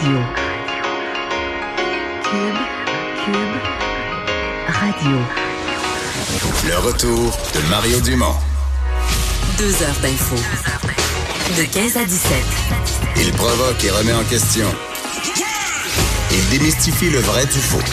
Radio. Cube Radio. Le retour de Mario Dumont. 2 heures d'info. De 15 à 17. Il provoque et remet en question. Il démystifie le vrai du faux.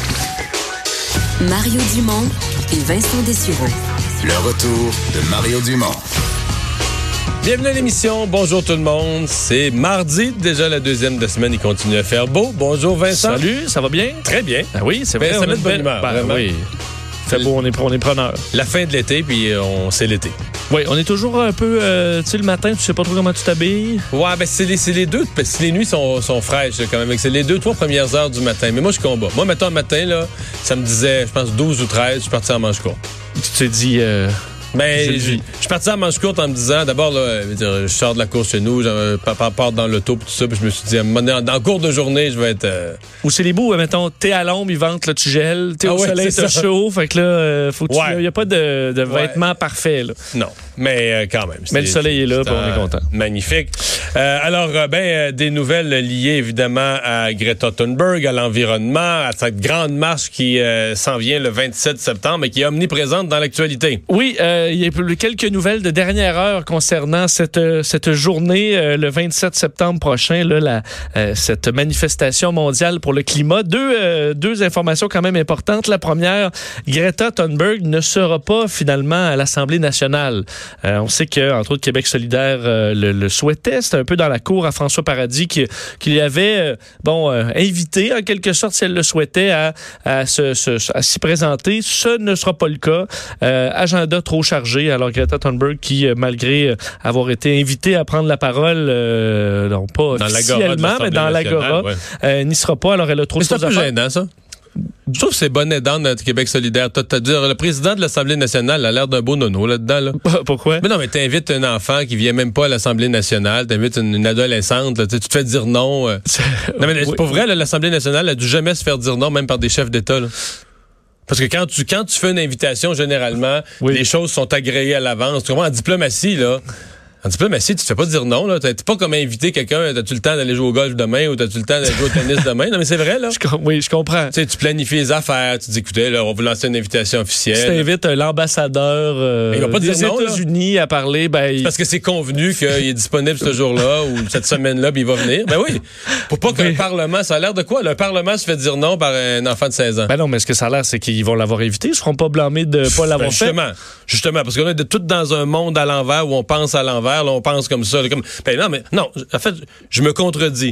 Mario Dumont et Vincent Dessureau. Le retour de Mario Dumont. Bienvenue à l'émission. Bonjour tout le monde. C'est mardi, déjà la deuxième de semaine. Il continue à faire beau. Bonjour Vincent. Salut, ça va bien? Très bien. Ah oui, c'est vrai. Ça met de bonne humeur. Vraiment. Oui. C'est beau, on est preneurs. La fin de l'été, puis c'est l'été. Oui, on est toujours un peu, tu sais, le matin, tu sais pas trop comment tu t'habilles. Ouais, ben c'est les deux, parce que les nuits sont fraîches là, quand même. C'est les 2-3 premières heures du matin. Mais moi, je combats. Moi, mettons, le matin, là, ça me disait, je pense, 12 ou 13, je suis parti en manche courte. Tu t'es dit... Ben, je suis parti en manche courte en me disant, d'abord, là, je sors de la course chez nous, part dans l'auto, puis tout ça, puis je me suis dit, en cours de journée, je vais être... Ou c'est les bouts, mettons, t'es à l'ombre, ils ventent, là, tu gèles, t'es au soleil, t'as chaud, fait que là, faut que il y a pas de vêtements parfaits, là. Non, mais quand même. Mais le soleil est là, puis on est content. Magnifique. Alors, des nouvelles liées, évidemment, à Greta Thunberg, à l'environnement, à cette grande marche qui s'en vient le 27 septembre et qui est omniprésente dans l'actualité. Oui, il y a quelques nouvelles de dernière heure concernant cette journée, le 27 septembre prochain, là, cette manifestation mondiale pour le climat. Deux informations quand même importantes. La première, Greta Thunberg ne sera pas finalement à l'Assemblée nationale. On sait que, entre autres, Québec solidaire le souhaitait. C'était un peu dans la cour à François Paradis qu'il avait invité, en quelque sorte, si elle le souhaitait, à s'y présenter. Ce ne sera pas le cas. Agenda trop chargé. Alors Greta Thunberg qui, malgré avoir été invitée à prendre la parole, non pas dans officiellement, mais dans l'Agora, n'y sera pas. Alors elle a trop de choses à faire. C'est un peu gênant, ça. Je trouve que c'est bonne aidante notre Québec solidaire. Le président de l'Assemblée nationale a l'air d'un beau nono là-dedans. Là. Pourquoi? Mais non, mais t'invites un enfant qui vient même pas à l'Assemblée nationale, t'invites une adolescente, là, tu te fais dire non. Non, mais c'est pas vrai, là, l'Assemblée nationale a dû jamais se faire dire non, même par des chefs d'État. Là. Parce que quand tu fais une invitation, généralement, les choses sont agréées à l'avance. Tu comprends? En diplomatie, là... En diplomatie, tu te fais pas dire non, là. T'es pas comme inviter quelqu'un, t'as-tu le temps d'aller jouer au golf demain ou t'as-tu le temps d'aller jouer au tennis demain? Non, mais c'est vrai, là. Oui, je comprends. Tu sais, tu planifies les affaires, tu dis, écoutez, là, on va vous lancer une invitation officielle. Tu t'invites l'ambassadeur il va pas dire des États-Unis à parler, parce que c'est convenu qu'il est disponible ce jour-là ou cette semaine-là, puis il va venir. Ben oui. Pour pas qu'un Parlement, ça a l'air de quoi? Le Parlement se fait dire non par un enfant de 16 ans. Ben non, mais ce que ça a l'air, c'est qu'ils vont l'avoir invité. Ils se feront pas blâmer de pas l'avoir fait. Justement, parce qu'on est tout dans un monde à l'envers où on pense à l'envers, là, on pense comme ça. Non, en fait, je me contredis.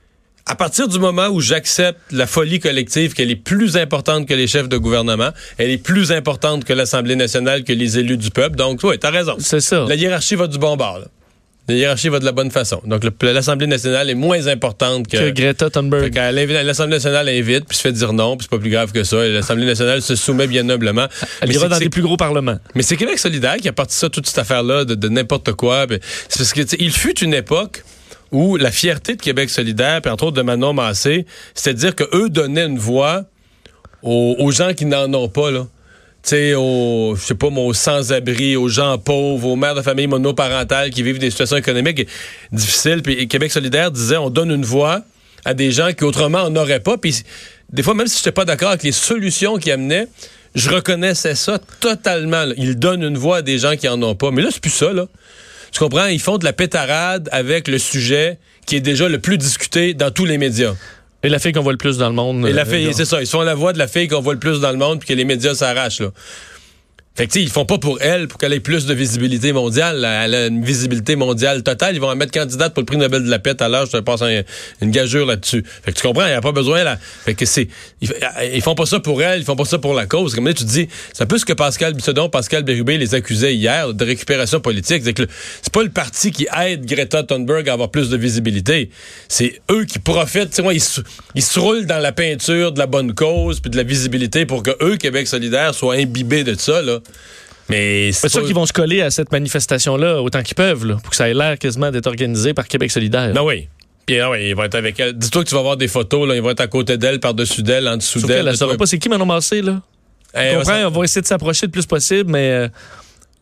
À partir du moment où j'accepte la folie collective, qu'elle est plus importante que les chefs de gouvernement, elle est plus importante que l'Assemblée nationale, que les élus du peuple. Donc, oui, t'as raison. C'est ça. La hiérarchie va du bon bord, là. La hiérarchie va de la bonne façon. Donc, l'Assemblée nationale est moins importante que Greta Thunberg. L'Assemblée nationale invite, puis se fait dire non, puis c'est pas plus grave que ça. Et l'Assemblée nationale se soumet bien noblement. Elle ira dans les plus gros parlements. Mais c'est Québec solidaire qui a parti ça, toute cette affaire-là, de n'importe quoi. C'est parce que, il fut une époque où la fierté de Québec solidaire, puis entre autres de Manon Massé, c'était de dire qu'eux donnaient une voix aux gens qui n'en ont pas, là. Tu sais, aux sans-abri, aux gens pauvres, aux mères de famille monoparentales qui vivent des situations économiques difficiles. Puis Québec solidaire disait, on donne une voix à des gens qui autrement en auraient pas. Puis des fois, même si je n'étais pas d'accord avec les solutions qu'ils amenaient, je reconnaissais ça totalement. Là. Ils donnent une voix à des gens qui en ont pas. Mais là, c'est plus ça, là. Tu comprends? Ils font de la pétarade avec le sujet qui est déjà le plus discuté dans tous les médias. Et la fille qu'on voit le plus dans le monde. Et la fille, c'est ça. Ils sont la voix de la fille qu'on voit le plus dans le monde puis que les médias s'arrachent, là. Fait que, tu sais, ils font pas pour elle, pour qu'elle ait plus de visibilité mondiale. Elle a une visibilité mondiale totale. Ils vont la mettre candidate pour le prix Nobel de la paix à l'heure. Je te passe une gageure là-dessus. Fait que tu comprends, il n'y a pas besoin, là. Fait que ils font pas ça pour elle, ils font pas ça pour la cause. Comme là, tu te dis, c'est un peu ce que Pascal Bérubé les accusait hier de récupération politique. C'est pas le parti qui aide Greta Thunberg à avoir plus de visibilité. C'est eux qui profitent. Tu sais, ils se roulent dans la peinture de la bonne cause puis de la visibilité pour que eux, Québec solidaire, soient imbibés de ça, là. Mais c'est sûr qu'ils vont se coller à cette manifestation-là autant qu'ils peuvent, là, pour que ça ait l'air quasiment d'être organisé par Québec solidaire. Ben oui. Puis ils vont être avec elle. Dis-toi que tu vas voir des photos, là, ils vont être à côté d'elle, par-dessus d'elle, en dessous d'elle. Elle ne saura pas c'est qui Manon Massé, là. On va essayer de s'approcher le plus possible, mais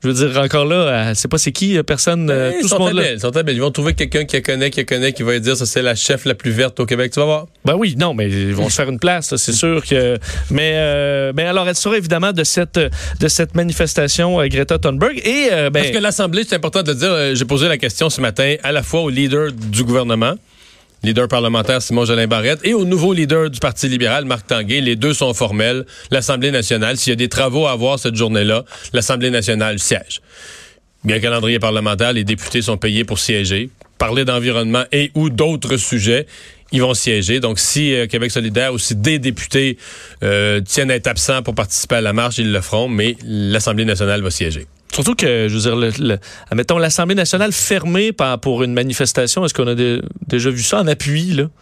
Je veux dire, encore là, c'est pas c'est qui, personne, tout ce monde-là. Ils sont habiles. Ils vont trouver quelqu'un qui connaît, qui va dire ça, c'est la chef la plus verte au Québec. Tu vas voir. Ben oui, non, mais ils vont se faire une place, ça, c'est sûr que. Mais alors, elle sera évidemment de cette manifestation Greta Thunberg. Et, parce que l'Assemblée, c'est important de le dire, j'ai posé la question ce matin à la fois au leader du gouvernement, leader parlementaire Simon Jolin Barrette, et au nouveau leader du Parti libéral, Marc Tanguay. Les deux sont formels. L'Assemblée nationale, s'il y a des travaux à avoir cette journée-là, l'Assemblée nationale siège. Il y a un calendrier parlementaire, les députés sont payés pour siéger. Parler d'environnement et ou d'autres sujets, ils vont siéger. Donc, si Québec solidaire ou si des députés tiennent à être absents pour participer à la marche, ils le feront, mais l'Assemblée nationale va siéger. Surtout que, je veux dire, admettons, l'Assemblée nationale fermée pour une manifestation, est-ce qu'on a déjà vu ça en appui, là?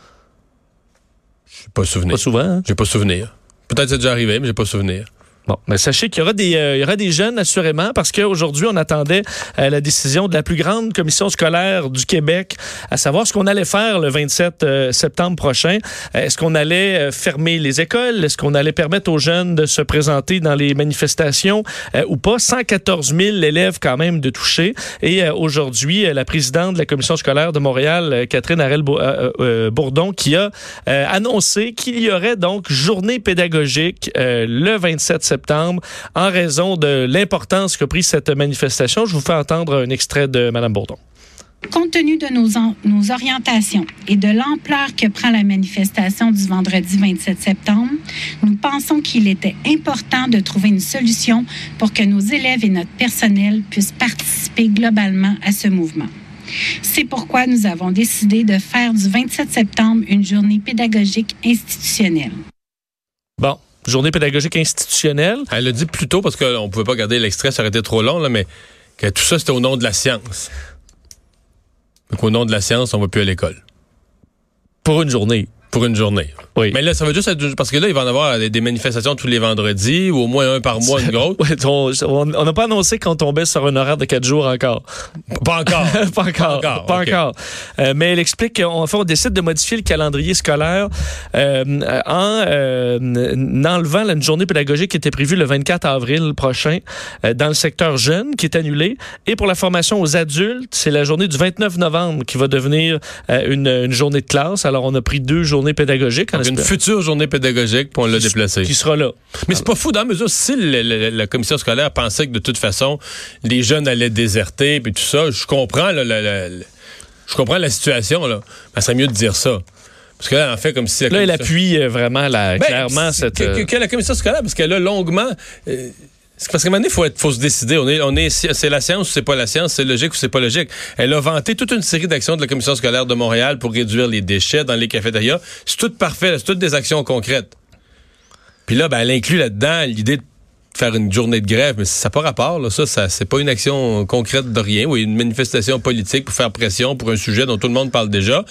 Je n'ai pas souvenir. Pas souvent, hein? J'ai pas souvenir. Peut-être que c'est déjà arrivé, mais j'ai pas souvenir. Bon, mais sachez qu'il y aura des jeunes, assurément, parce qu'aujourd'hui, on attendait la décision de la plus grande commission scolaire du Québec, à savoir ce qu'on allait faire le 27 septembre prochain. Est-ce qu'on allait fermer les écoles? Est-ce qu'on allait permettre aux jeunes de se présenter dans les manifestations ou pas? 114 000 élèves quand même de touchés. Et aujourd'hui, la présidente de la commission scolaire de Montréal, Catherine Harel-Bourdon, qui a annoncé qu'il y aurait donc journée pédagogique le 27 septembre en raison de l'importance qu'a pris cette manifestation. Je vous fais entendre un extrait de Mme Bourdon. Compte tenu de nos orientations et de l'ampleur que prend la manifestation du vendredi 27 septembre, nous pensons qu'il était important de trouver une solution pour que nos élèves et notre personnel puissent participer globalement à ce mouvement. C'est pourquoi nous avons décidé de faire du 27 septembre une journée pédagogique institutionnelle. Bon. Journée pédagogique institutionnelle. Elle l'a dit plus tôt parce qu'on ne pouvait pas garder l'extrait, ça aurait été trop long, là, mais que tout ça, c'était au nom de la science. Donc, au nom de la science, on ne va plus à l'école. Pour une journée. Pour une journée. Oui. Mais là, ça veut juste être... Parce que là, il va y en avoir des manifestations tous les vendredis, ou au moins un par mois, une grosse. On n'a pas annoncé qu'on tombait sur un horaire de 4 jours encore. Pas encore. Pas encore. Mais elle explique qu'on décide de modifier le calendrier scolaire en enlevant une journée pédagogique qui était prévue le 24 avril prochain dans le secteur jeune, qui est annulée. Et pour la formation aux adultes, c'est la journée du 29 novembre qui va devenir une journée de classe. Alors, on a pris 2 journées pédagogiques. Une future journée pédagogique, puis on l'a déplacée. Qui sera là. Mais c'est pas fou, dans la mesure, si la commission scolaire pensait que de toute façon, les jeunes allaient déserter, puis tout ça, je comprends je comprends la situation, là. Mais c'est mieux de dire ça. Parce que là, en fait, comme si... Là, elle appuie vraiment, clairement, cette... Que la commission scolaire, parce qu'elle a longuement... C'est parce qu'à un moment donné, faut se décider. C'est la science ou c'est pas la science, c'est logique ou c'est pas logique. Elle a vanté toute une série d'actions de la Commission scolaire de Montréal pour réduire les déchets dans les cafétérias. C'est tout parfait, c'est toutes des actions concrètes. Puis là, elle inclut là-dedans l'idée de faire une journée de grève, mais ça n'a pas rapport. Là. Ça, c'est pas une action concrète de rien. Oui, une manifestation politique pour faire pression pour un sujet dont tout le monde parle déjà.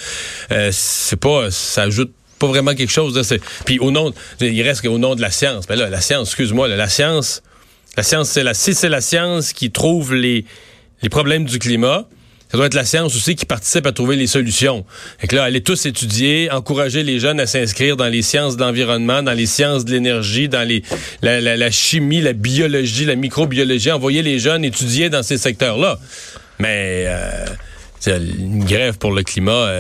Ça ajoute pas vraiment quelque chose. Puis il reste qu'au nom de la science. Ben là, la science, excuse-moi, la science, si c'est la science qui trouve les problèmes du climat, ça doit être la science aussi qui participe à trouver les solutions. Fait que là, allez tous étudier, encourager les jeunes à s'inscrire dans les sciences de l'environnement, dans les sciences de l'énergie, dans la chimie, la biologie, la microbiologie, envoyer les jeunes étudier dans ces secteurs-là. Mais une grève pour le climat,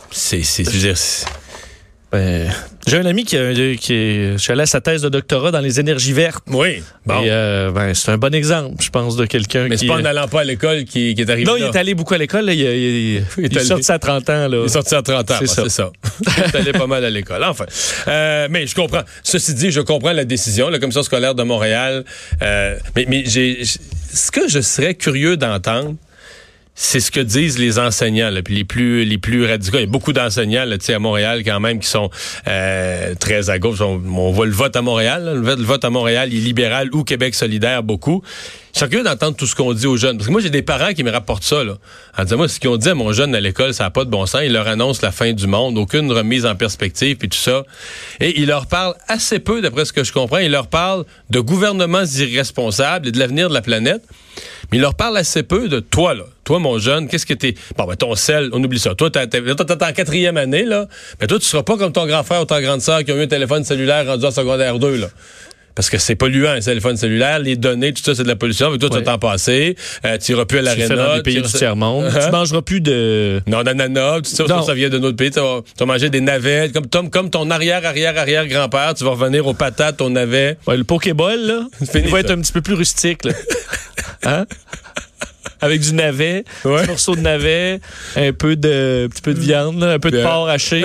j'ai un ami je suis allé à sa thèse de doctorat dans les énergies vertes. Oui. Bon. Et c'est un bon exemple, je pense, de quelqu'un qui... Mais c'est pas en allant pas à l'école qui est arrivé. Non, là. Il est allé beaucoup à l'école. Là, il est sorti à 30 ans. Là. Il est sorti à 30 ans, c'est ça. Il est allé pas mal à l'école. Enfin. Mais je comprends. Ceci dit, je comprends la décision. La Commission scolaire de Montréal. Mais ce que je serais curieux d'entendre, c'est ce que disent les enseignants, là, puis les plus radicaux. Il y a beaucoup d'enseignants là, à Montréal quand même qui sont très à gauche. On voit le vote à Montréal. Là. Le vote à Montréal, il est libéral ou Québec solidaire beaucoup. Je suis curieux d'entendre tout ce qu'on dit aux jeunes. Parce que moi, j'ai des parents qui me rapportent ça. Là, en disant, moi, ce qu'ils ont dit à mon jeune à l'école, ça n'a pas de bon sens. Ils leur annoncent la fin du monde, aucune remise en perspective, puis tout ça. Et ils leur parlent assez peu, d'après ce que je comprends. Ils leur parlent de gouvernements irresponsables et de l'avenir de la planète. Mais il leur parle assez peu de toi, là. Toi, mon jeune, qu'est-ce que t'es... Bon, ton sel, on oublie ça. Toi, t'es en 4e année, là. Mais toi, tu seras pas comme ton grand frère ou ta grande sœur qui ont eu un téléphone cellulaire rendu en secondaire 2, là. parce que c'est polluant, un téléphone cellulaire, les données, tout ça, c'est de la pollution. Toi, tu vas t'en passer. Tu iras plus à l'aréna. Dans les pays du tiers-monde. Tu mangeras plus de... Non, d'ananas, tout ça, ça vient de notre pays. Tu vas manger des navets. Comme ton arrière-grand-père, tu vas revenir aux patates, au navet. Ouais, le Pokéball, là, il va être un petit peu plus rustique, là. Hein? Avec du navet, un morceau de navet, un petit peu de viande, là, un peu de porc haché.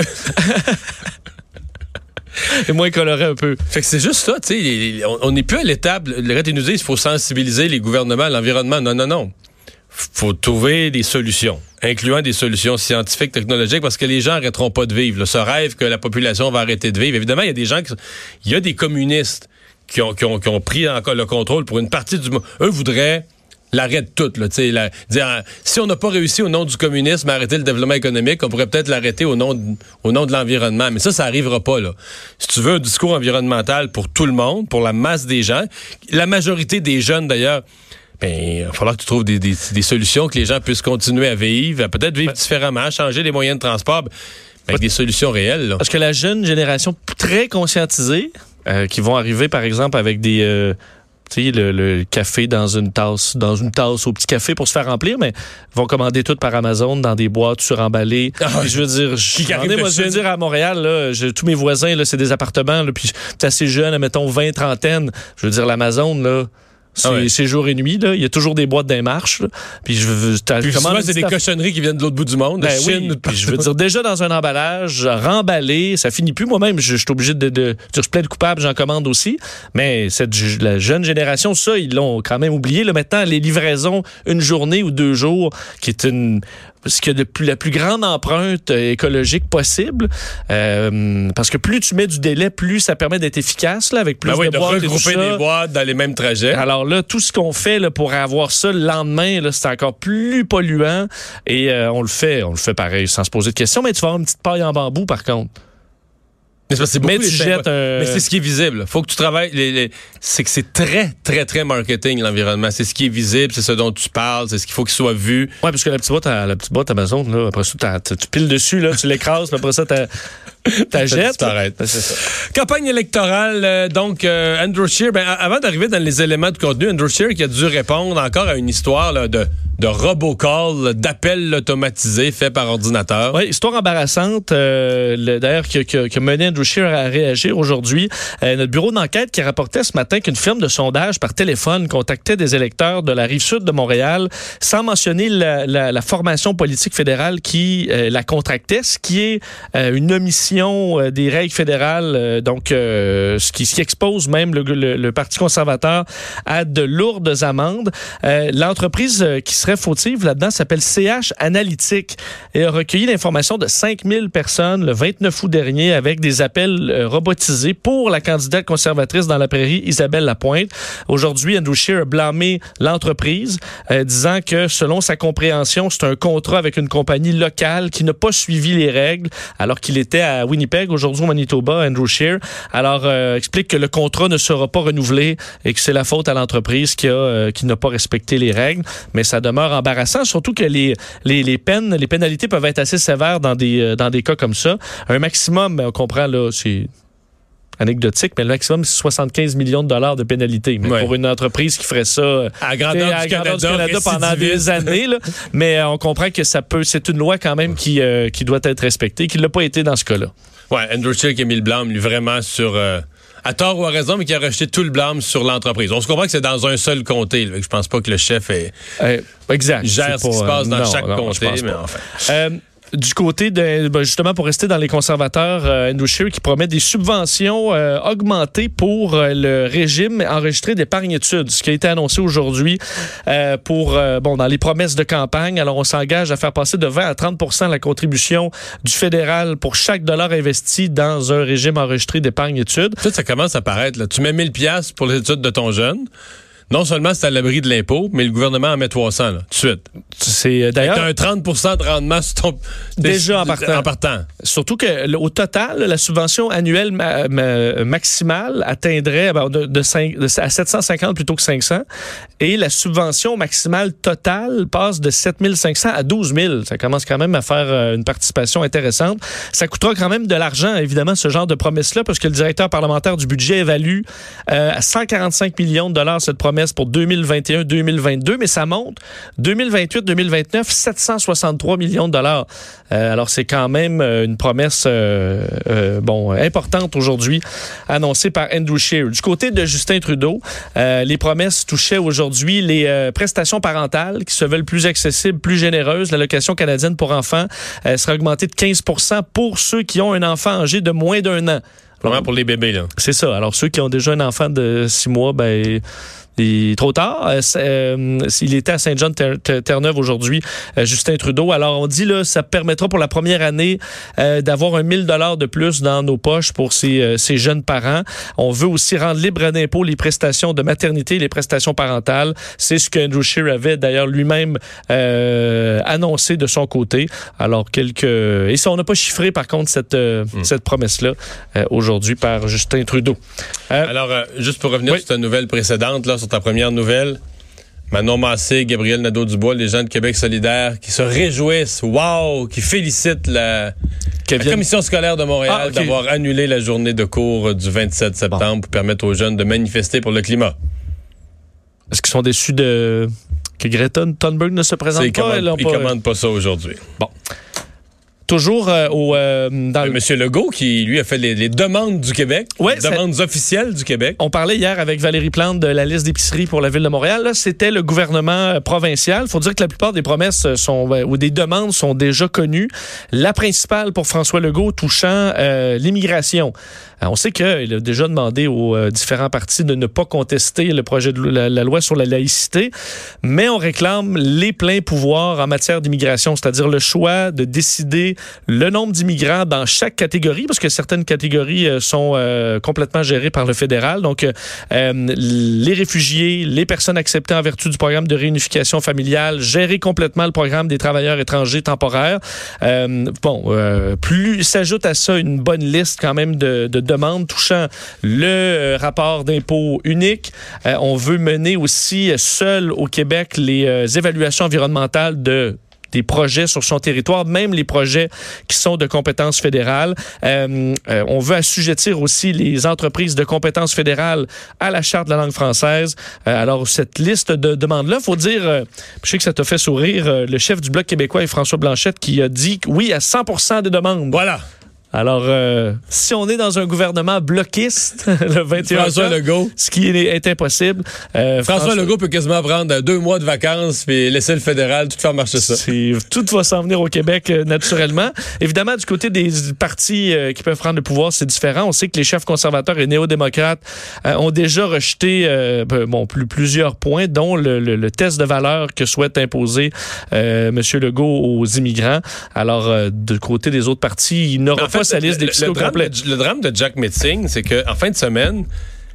Et moins coloré un peu. Fait que c'est juste ça, tu sais, on n'est plus à l'étape, le reste, ils nous disent qu'il faut sensibiliser les gouvernements à l'environnement. Non. Faut trouver des solutions, incluant des solutions scientifiques, technologiques, parce que les gens n'arrêteront pas de vivre. Là, ce rêve que la population va arrêter de vivre. Évidemment, il y a des gens il y a des communistes qui ont pris encore le contrôle pour une partie du monde. Eux voudraient l'arrêt de tout, là, dire, si on n'a pas réussi au nom du communisme à arrêter le développement économique, on pourrait peut-être l'arrêter au nom de l'environnement. Mais ça arrivera pas, là. Si tu veux un discours environnemental pour tout le monde, pour la masse des gens, la majorité des jeunes, d'ailleurs, il va falloir que tu trouves des solutions, que les gens puissent continuer à vivre, peut-être vivre différemment, changer les moyens de transport, avec des solutions réelles, là. Parce que la jeune génération très conscientisée, qui vont arriver, par exemple, avec des... tu sais, le café dans une tasse au petit café pour se faire remplir, mais vont commander tout par Amazon dans des boîtes suremballées. Je veux dire, je veux dire, à Montréal, là, tous mes voisins, là, c'est des appartements, là, puis c'est assez jeune, mettons 20, trentaine. Je veux dire, l'Amazon, là, c'est jour et nuit, là. Il y a toujours des boîtes dans les marches, là. Puis souvent, c'est des cochonneries qui viennent de l'autre bout du monde, de Chine. Oui. Puis je veux dire, déjà dans un emballage, remballé, ça finit plus. Moi-même, je suis obligé de je plaide coupable, j'en commande aussi. Mais la jeune génération, ça, ils l'ont quand même oublié. Là, maintenant, les livraisons, une journée ou 2 jours, qui est ce qui a la plus grande empreinte écologique possible. Parce que plus tu mets du délai, plus ça permet d'être efficace, là, avec plus de boîtes. De regrouper des boîtes dans les mêmes trajets. Alors là, tout ce qu'on fait là, pour avoir ça le lendemain, là, c'est encore plus polluant. Et on le fait pareil, sans se poser de questions. Mais tu vas avoir une petite paille en bambou, par contre. Mais tu jettes Mais c'est ce qui est visible. Faut que tu travailles. C'est que c'est très, très, très marketing, l'environnement. C'est ce qui est visible, c'est ce dont tu parles, c'est ce qu'il faut qu'il soit vu. Ouais, parce que la petite boîte Amazon, là, après ça, tu piles dessus, là, tu l'écrases, là, après ça, t'achètes. C'est ça. Campagne électorale, donc Andrew Scheer, avant d'arriver dans les éléments de contenu, Andrew Scheer qui a dû répondre encore à une histoire là, de robocall, d'appel automatisé fait par ordinateur. Oui, histoire embarrassante, d'ailleurs, qui a mené Andrew Scheer à réagir aujourd'hui. Notre bureau d'enquête qui rapportait ce matin qu'une firme de sondage par téléphone contactait des électeurs de la Rive-Sud de Montréal sans mentionner la formation politique fédérale qui la contractait, ce qui est une omission des règles fédérales, donc ce qui expose même le Parti conservateur à de lourdes amendes. L'entreprise qui serait fautive là-dedans s'appelle CH Analytique et a recueilli l'information de 5000 personnes le 29 août dernier avec des appels robotisés pour la candidate conservatrice dans la Prairie, Isabelle Lapointe. Aujourd'hui, Andrew Scheer a blâmé l'entreprise, disant que selon sa compréhension, c'est un contrat avec une compagnie locale qui n'a pas suivi les règles alors qu'il était à Winnipeg, aujourd'hui au Manitoba, Andrew Scheer. Alors, explique que le contrat ne sera pas renouvelé et que c'est la faute à l'entreprise qui n'a pas respecté les règles. Mais ça demeure embarrassant, surtout que les pénalités peuvent être assez sévères dans des cas comme ça. Un maximum, on comprend, là, c'est anecdotique, mais le maximum, c'est 75 millions de dollars de pénalités. Mais pour une entreprise qui ferait ça à grandeur du Canada pendant des années, là, mais on comprend que c'est une loi quand même qui doit être respectée, qui ne l'a pas été dans ce cas-là. Ouais, Andrew Scheer qui a mis le blâme, lui, vraiment sur... à tort ou à raison, mais qui a rejeté tout le blâme sur l'entreprise. On se comprend que c'est dans un seul comté. Là, je pense pas que le chef gère ce qui se passe dans chaque comté, mais enfin... Du côté justement pour rester dans les conservateurs, Andrew Scheer qui promet des subventions augmentées pour le régime enregistré d'épargne-études, ce qui a été annoncé aujourd'hui dans les promesses de campagne. Alors on s'engage à faire passer de 20 à 30% la contribution du fédéral pour chaque dollar investi dans un régime enregistré d'épargne-études. Ça commence à paraître. Là. Tu mets 1000$ pour les études de ton jeune. non seulement c'est à l'abri de l'impôt, mais le gouvernement en met 300, là, tout de suite. C'est d'ailleurs T'as un 30% de rendement sur ton... Déjà en partant. Surtout que au total, la subvention annuelle maximale atteindrait à 750 plutôt que 500. Et la subvention maximale totale passe de 7 500 à 12 000. Ça commence quand même à faire une participation intéressante. Ça coûtera quand même de l'argent, évidemment, ce genre de promesse-là, parce que le directeur parlementaire du budget évalue à 145 millions de dollars cette promesse pour 2021-2022, mais ça monte. 2028-2029, 763 millions de dollars. Alors, c'est quand même une promesse importante aujourd'hui, annoncée par Andrew Scheer. Du côté de Justin Trudeau, les promesses touchaient aujourd'hui les prestations parentales qui se veulent plus accessibles, plus généreuses. L'allocation canadienne pour enfants sera augmentée de 15 % pour ceux qui ont un enfant âgé de moins d'1 an. Vraiment pour les bébés, là. C'est ça. Alors, ceux qui ont déjà un enfant de 6 mois, il est trop tard. Il était à Saint-Jean-Terre-Neuve aujourd'hui, Justin Trudeau. Alors, on dit, là, ça permettra pour la première année d'avoir 1 000 $ de plus dans nos poches pour ces jeunes parents. On veut aussi rendre libre d'impôt les prestations de maternité, les prestations parentales. C'est ce que Andrew Scheer avait d'ailleurs lui-même annoncé de son côté. Alors, et ça, on n'a pas chiffré, par contre, cette promesse-là aujourd'hui par Justin Trudeau. Alors, juste pour revenir sur ta nouvelle précédente, là, sur ta première nouvelle, Manon Massé, Gabriel Nadeau-Dubois, les gens de Québec solidaire qui se réjouissent, qui félicitent la commission scolaire de Montréal d'avoir annulé la journée de cours du 27 septembre pour permettre aux jeunes de manifester pour le climat. Est-ce qu'ils sont déçus que Greta Thunberg ne se présente pas? Ils ne commandent pas ça aujourd'hui. Bon. Toujours Monsieur Legault, qui, lui, a fait les demandes du Québec, les demandes officielles du Québec. On parlait hier avec Valérie Plante de la liste d'épicerie pour la Ville de Montréal. Là, c'était le gouvernement provincial. Il faut dire que la plupart des promesses ou des demandes sont déjà connues. La principale pour François Legault touchant l'immigration. On sait qu'il a déjà demandé aux différents partis de ne pas contester le projet de la loi sur la laïcité, mais on réclame les pleins pouvoirs en matière d'immigration, c'est-à-dire le choix de décider le nombre d'immigrants dans chaque catégorie, parce que certaines catégories sont complètement gérées par le fédéral. Donc, les réfugiés, les personnes acceptées en vertu du programme de réunification familiale, gérer complètement le programme des travailleurs étrangers temporaires. Plus s'ajoute à ça une bonne liste quand même de demandes touchant le rapport d'impôt unique. On veut mener aussi seul au Québec les évaluations environnementales des projets sur son territoire, même les projets qui sont de compétences fédérales. On veut assujettir aussi les entreprises de compétences fédérales à la Charte de la langue française. Alors, cette liste de demandes-là, il faut dire, je sais que ça t'a fait sourire, le chef du Bloc québécois est François Blanchette qui a dit oui à 100% des demandes. Voilà. Alors, si on est dans un gouvernement bloquiste, le 21 François Legault, ce qui est impossible. François Legault peut quasiment prendre 2 mois de vacances et laisser le fédéral tout faire marcher ça. Tout va s'en venir au Québec naturellement. Évidemment, du côté des partis qui peuvent prendre le pouvoir, c'est différent. On sait que les chefs conservateurs et néo-démocrates ont déjà rejeté plusieurs points, dont le test de valeur que souhaite imposer M. Legault aux immigrants. Alors, du côté des autres partis, il n'aura pas sa liste d'épicerie au complet. Le drame de Jack Metzing, c'est qu'en fin de semaine,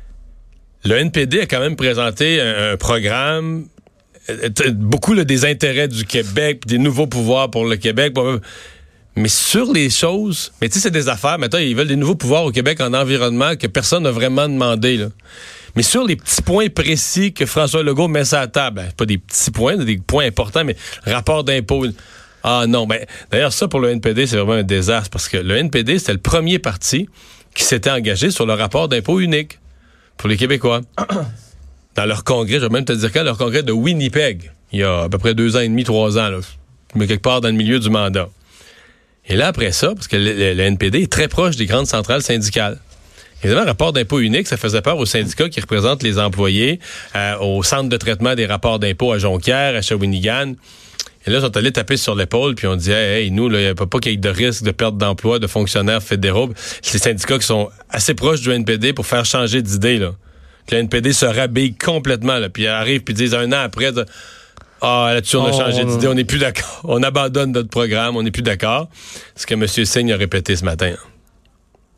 le NPD a quand même présenté un programme, beaucoup des intérêts du Québec, des nouveaux pouvoirs pour le Québec. Mais sur les choses, mais tu sais, c'est des affaires. Maintenant, ils veulent des nouveaux pouvoirs au Québec en environnement que personne n'a vraiment demandé, là. Mais sur les petits points précis que François Legault met sur la table, pas des petits points, des points importants, mais rapport d'impôt. Ah non, d'ailleurs, ça pour le NPD, c'est vraiment un désastre parce que le NPD, c'était le premier parti qui s'était engagé sur le rapport d'impôt unique pour les Québécois. Dans leur congrès, je vais même te dire quand, leur congrès de Winnipeg, il y a à peu près 2 ans et demi, 3 ans, là, mais quelque part dans le milieu du mandat. Et là, après ça, parce que le NPD est très proche des grandes centrales syndicales. Évidemment, le rapport d'impôt unique, ça faisait peur aux syndicats qui représentent les employés, au centre de traitement des rapports d'impôt à Jonquière, à Shawinigan. Et là, ils sont allés taper sur l'épaule, puis on disait, hey, nous, il n'y a pas qu'il y ait de risque de perte d'emploi de fonctionnaires fédéraux. C'est les syndicats qui sont assez proches du NPD pour faire changer d'idée, là. Que le NPD se rhabille complètement, là, puis ils arrivent, puis disent un an après, là-dessus, on a changé d'idée, on n'est plus d'accord. On abandonne notre programme, on n'est plus d'accord. Ce que M. Singh a répété ce matin.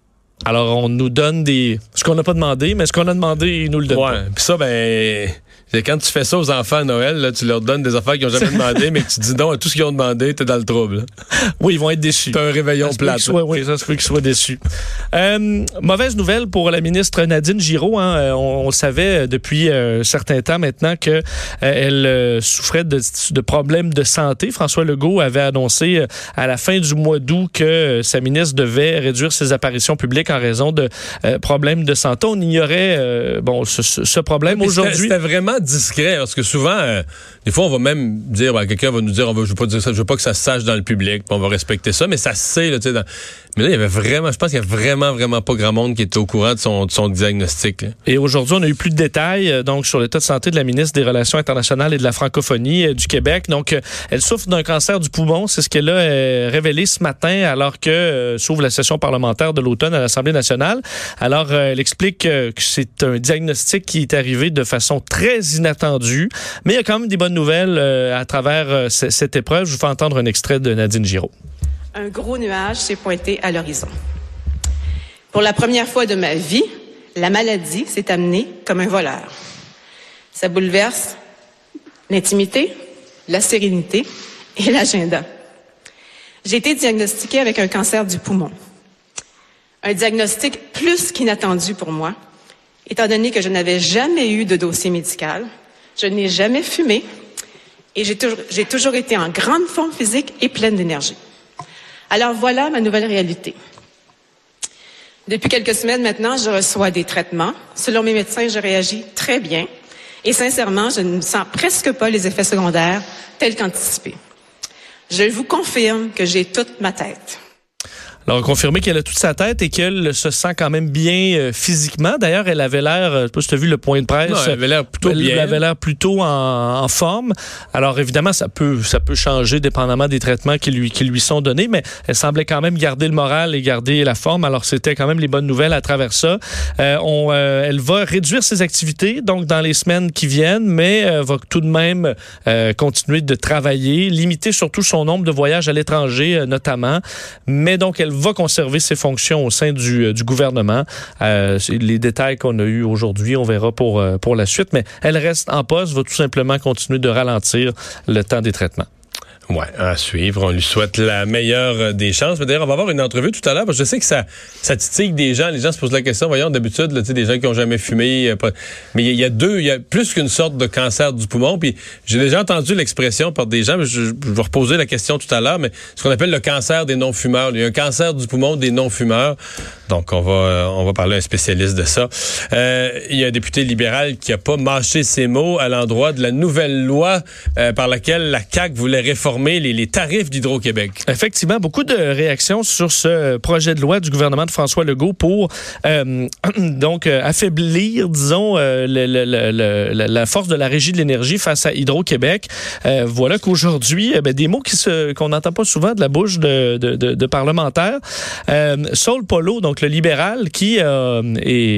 Alors, on nous donne ce qu'on n'a pas demandé, mais ce qu'on a demandé, il nous le donne pas. Puis ça, C'est quand tu fais ça aux enfants à Noël, là, tu leur donnes des affaires qu'ils n'ont jamais demandé, mais que tu dis non à tout ce qu'ils ont demandé, t'es dans le trouble. Là. Oui, ils vont être déçus. T'as un réveillon plate. Oui, ça se peut qu'ils soient déçus. Mauvaise nouvelle pour la ministre Nadine Giraud. Hein. On le savait depuis un certain temps maintenant qu'elle souffrait de problèmes de santé. François Legault avait annoncé à la fin du mois d'août que sa ministre devait réduire ses apparitions publiques en raison de problèmes de santé. On ignorait ce problème aujourd'hui. C'était vraiment discret, parce que souvent, des fois, on va même dire, quelqu'un va nous dire, je veux pas dire ça, je veux pas que ça se sache dans le public, puis on va respecter ça, mais ça se sait, là, tu sais. Mais là, il y avait vraiment, je pense qu'il y a vraiment pas grand monde qui était au courant de son diagnostic. Là. Et aujourd'hui, on a eu plus de détails, donc, sur l'état de santé de la ministre des Relations internationales et de la francophonie du Québec. Donc, elle souffre d'un cancer du poumon, c'est ce qu'elle a révélé ce matin, alors que s'ouvre la session parlementaire de l'automne à l'Assemblée nationale. Alors, elle explique que c'est un diagnostic qui est arrivé de façon très inattendue, mais il y a quand même des bonnes nouvelles à travers cette épreuve. Je vous fais entendre un extrait de Nadine Giraud. Un gros nuage s'est pointé à l'horizon. Pour la première fois de ma vie, la maladie s'est amenée comme un voleur. Ça bouleverse l'intimité, la sérénité et l'agenda. J'ai été diagnostiquée avec un cancer du poumon. Un diagnostic plus qu'inattendu pour moi, étant donné que je n'avais jamais eu de dossier médical, je n'ai jamais fumé et j'ai toujours été en grande forme physique et pleine d'énergie. Alors voilà ma nouvelle réalité. Depuis quelques semaines maintenant, je reçois des traitements. Selon mes médecins, je réagis très bien et sincèrement, je ne sens presque pas les effets secondaires tels qu'anticipés. Je vous confirme que j'ai toute ma tête. Alors, confirmer qu'elle a toute sa tête et qu'elle se sent quand même bien physiquement. D'ailleurs, elle avait l'air, je sais pas si tu as vu le point de presse. Non, elle avait l'air plutôt bien. Elle avait l'air plutôt en forme. Alors, évidemment, ça peut changer dépendamment des traitements qui lui sont donnés, mais elle semblait quand même garder le moral et garder la forme. Alors, c'était quand même les bonnes nouvelles à travers ça. Elle va réduire ses activités, donc, dans les semaines qui viennent, mais va tout de même continuer de travailler, limiter surtout son nombre de voyages à l'étranger, notamment. Mais donc, elle va conserver ses fonctions au sein du gouvernement. Les détails qu'on a eus aujourd'hui, on verra pour la suite, mais elle reste en poste, va tout simplement continuer de ralentir le temps des traitements. Ouais, à suivre. On lui souhaite la meilleure des chances. Mais d'ailleurs, on va avoir une entrevue tout à l'heure, parce que je sais que ça titille des gens. Les gens se posent la question, voyons, d'habitude, là, des gens qui n'ont jamais fumé. Mais il y a plus qu'une sorte de cancer du poumon. Puis j'ai déjà entendu l'expression par des gens, mais je vais reposer la question tout à l'heure, mais ce qu'on appelle le cancer des non-fumeurs. Il y a un cancer du poumon des non-fumeurs. Donc, on va parler à un spécialiste de ça. Il y a un député libéral qui n'a pas mâché ses mots à l'endroit de la nouvelle loi par laquelle la CAQ voulait réformer les tarifs d'Hydro-Québec. Effectivement, beaucoup de réactions sur ce projet de loi du gouvernement de François Legault pour donc affaiblir, disons, la force de la Régie de l'énergie face à Hydro-Québec. Voilà qu'aujourd'hui, des mots qu'on n'entend pas souvent de la bouche de parlementaires. Saul Polo, donc le libéral, qui parle.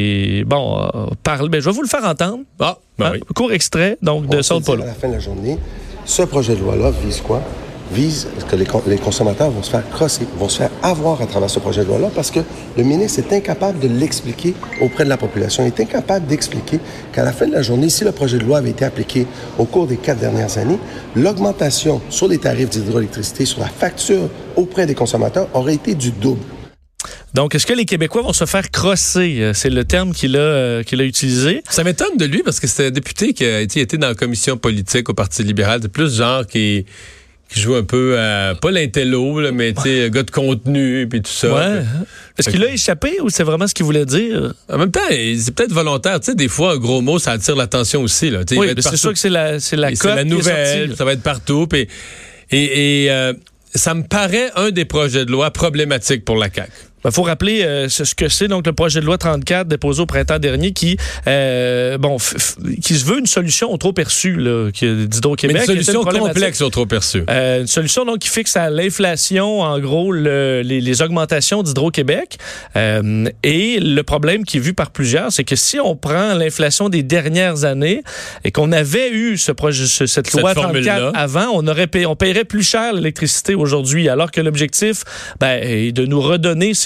Je vais vous le faire entendre. Oui. Court extrait donc de Saul Polo. À la fin de la journée, ce projet de loi-là vise quoi? Vise que les consommateurs vont se faire crosser, vont se faire avoir à travers ce projet de loi-là parce que le ministre est incapable de l'expliquer auprès de la population. Il est incapable d'expliquer qu'à la fin de la journée, si le projet de loi avait été appliqué au cours des 4 dernières années, l'augmentation sur les tarifs d'hydroélectricité, sur la facture auprès des consommateurs aurait été du double. Donc, est-ce que les Québécois vont se faire crosser? C'est le terme qu'il a utilisé. Ça m'étonne de lui parce que c'était un député qui a été dans la commission politique au Parti libéral. C'est plus genre qui joue un peu pas l'intello, là, mais gars de contenu puis tout ça. Ouais. Est-ce qu'il a échappé ou c'est vraiment ce qu'il voulait dire? En même temps, c'est peut-être volontaire. Tu sais, des fois, un gros mot, ça attire l'attention aussi. Là. Oui, mais c'est sûr que c'est la nouvelle, ça va être partout. Et ça me paraît un des projets de loi problématiques pour la CAQ. Il faut rappeler ce que c'est donc le projet de loi 34 déposé au printemps dernier qui se veut une solution au trop perçu d'Hydro-Québec. Mais une solution complexe au trop perçu. Une solution donc qui fixe à l'inflation en gros les augmentations d'Hydro-Québec. Et le problème qui est vu par plusieurs, c'est que si on prend l'inflation des dernières années et qu'on avait eu cette loi 34 avant, on paierait plus cher l'électricité aujourd'hui, alors que l'objectif est de nous redonner ces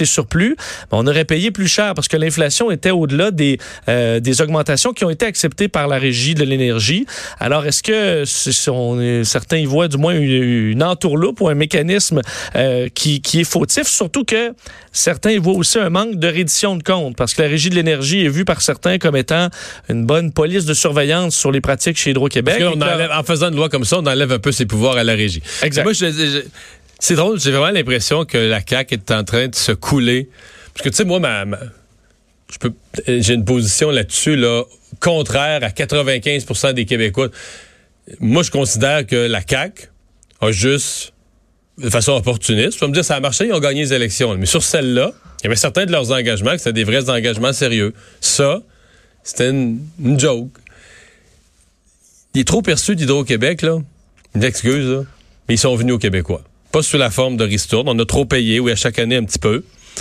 surplus, on aurait payé plus cher parce que l'inflation était au-delà des augmentations qui ont été acceptées par la Régie de l'énergie. Alors, est-ce que certains y voient du moins une entourloupe ou un mécanisme qui est fautif, surtout que certains y voient aussi un manque de reddition de comptes parce que la Régie de l'énergie est vue par certains comme étant une bonne police de surveillance sur les pratiques chez Hydro-Québec. En faisant une loi comme ça, on enlève un peu ses pouvoirs à la Régie. Exact. Moi, c'est drôle, j'ai vraiment l'impression que la CAQ est en train de se couler. Parce que, tu sais, moi, j'ai une position là-dessus, là, contraire à 95% des Québécois. Moi, je considère que la CAQ a juste, de façon opportuniste, tu vas me dire, ça a marché, ils ont gagné les élections. Mais sur celle-là, il y avait certains de leurs engagements qui étaient des vrais engagements sérieux. Ça, c'était une joke. Les trop perçus d'Hydro-Québec, là, une excuse, là, mais ils sont venus aux Québécois. Pas sous la forme de ristourne. On a trop payé, oui, à chaque année un petit peu.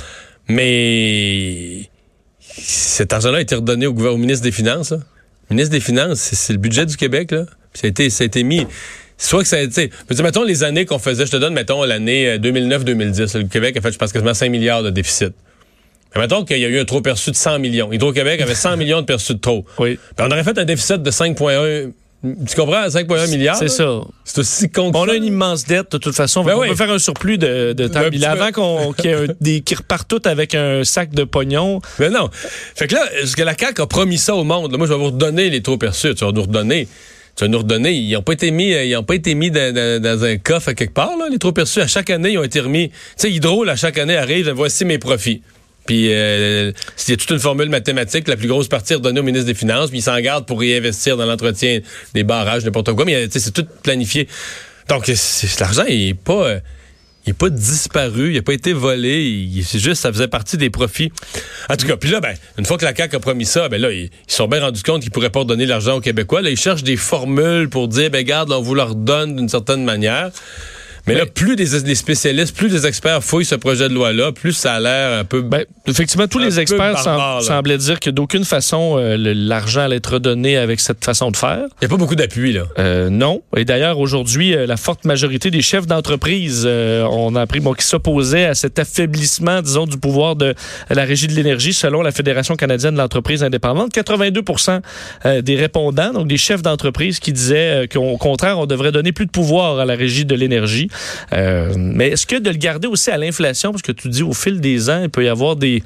Mais cet argent-là a été redonné au ministre des Finances. Là. Le ministre des Finances, c'est le budget du Québec. Là. Puis ça a été mis... Soit que ça a été... Mettons les années qu'on faisait, je te donne, mettons, l'année 2009-2010. Le Québec a fait, je pense, quasiment 5 milliards de déficit. Mais mettons qu'il y a eu un trop perçu de 100 millions. Hydro-Québec avait 100 millions de perçus de trop. Oui. Puis on aurait fait un déficit de 5,1... Tu comprends? 5,1 milliards. C'est ça. C'est aussi con que on a une immense dette, de toute façon. On peut faire un surplus de temps. Avant qu'il y ait qui repartent tout avec un sac de pognon. Mais non. Fait que là, ce que la CAQ a promis ça au monde, là, moi, je vais vous redonner les trop perçus. Tu vas nous redonner. Ils n'ont pas été mis dans un coffre à quelque part, là, les trop perçus. À chaque année, ils ont été remis. Tu sais, Hydro, à chaque année, arrive, voici mes profits. Puis, il y a toute une formule mathématique, la plus grosse partie est redonnée au ministre des Finances, puis il s'en garde pour réinvestir dans l'entretien des barrages, n'importe quoi, mais c'est tout planifié. Donc, l'argent, il n'est pas disparu, il n'a pas été volé, c'est juste, ça faisait partie des profits. En tout cas, puis là, une fois que la CAQ a promis ça, là, ils sont bien rendus compte qu'ils ne pourraient pas redonner l'argent aux Québécois. Là, ils cherchent des formules pour dire, regarde, là, on vous le redonne d'une certaine manière. Mais là, plus des spécialistes, plus des experts fouillent ce projet de loi-là, plus ça a l'air un peu... effectivement, tous les experts semblaient dire que d'aucune façon, l'argent allait être redonné avec cette façon de faire. Il n'y a pas beaucoup d'appui, là. Non. Et d'ailleurs, aujourd'hui, la forte majorité des chefs d'entreprise, on a appris qui s'opposaient à cet affaiblissement, disons, du pouvoir de la Régie de l'énergie, selon la Fédération canadienne de l'entreprise indépendante. 82% des répondants, donc des chefs d'entreprise, qui disaient qu'au contraire, on devrait donner plus de pouvoir à la Régie de l'énergie. Mais est-ce que de le garder aussi à l'inflation, parce que tu dis au fil des ans, il peut y avoir des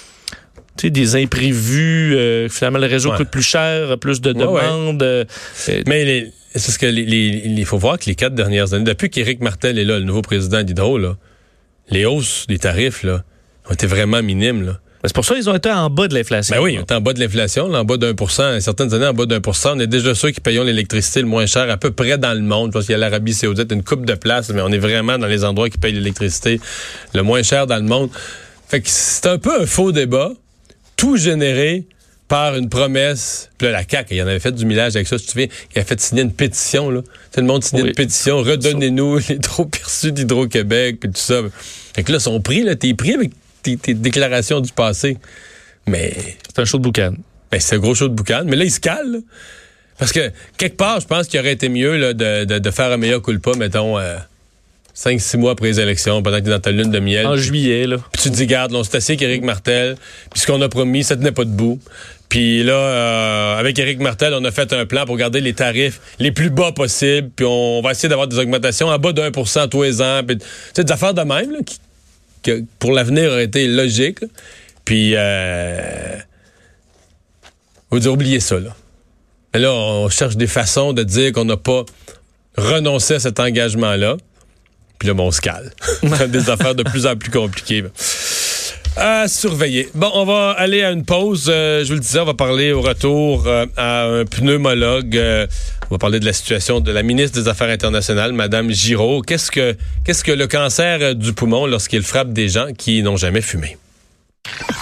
imprévus, finalement le réseau coûte plus cher, plus de demandes. Mais c'est ce que il faut voir que les 4 dernières années, depuis qu'Éric Martel est là, le nouveau président d'Hydro, là, les hausses des tarifs là, ont été vraiment minimes, là. C'est pour ça qu'ils ont été en bas de l'inflation. Ben oui, ils ont été en bas de l'inflation, là, en bas d'1%. Certaines années, en bas d'1%. On est déjà ceux qui payons l'électricité le moins cher à peu près dans le monde. Je pense qu'il y a l'Arabie Saoudite, une coupe de place, mais on est vraiment dans les endroits qui payent l'électricité le moins cher dans le monde. Fait que c'est un peu un faux débat, tout généré par une promesse. Puis là, la CAQ, il en avait fait du millage avec ça, si tu te souviens. Il a fait signer une pétition, là. Tout le monde signait une pétition. Redonnez-nous les trop perçus d'Hydro-Québec, puis tout ça. Fait que là, son prix, là, t'es pris avec tes déclarations du passé. Mais... c'est un show de boucan. Ben, c'est un gros show de boucan. Mais là, il se cale, là. Parce que, quelque part, je pense qu'il aurait été mieux là, de faire un meilleur culpa, mettons, 5-6 mois après les élections, pendant que t'es dans ta lune de miel. En juillet, là. Puis tu te dis, garde, on s'est assis avec Éric Martel, puis ce qu'on a promis, ça tenait pas debout. Puis là, avec Éric Martel, on a fait un plan pour garder les tarifs les plus bas possibles, puis on va essayer d'avoir des augmentations en bas d'1% tous les ans. Puis, tu sais, des affaires de même, là, qui pour l'avenir aurait été logique. Là. Puis, on va dire, oubliez ça, là. Mais là, on cherche des façons de dire qu'on n'a pas renoncé à cet engagement-là. Puis là, on se cale. Des affaires de plus en plus compliquées. À surveiller. Bon, on va aller à une pause. Je vous le disais, on va parler au retour à un pneumologue. On va parler de la situation de la ministre des Affaires internationales, Mme Giraud. Qu'est-ce que le cancer du poumon lorsqu'il frappe des gens qui n'ont jamais fumé?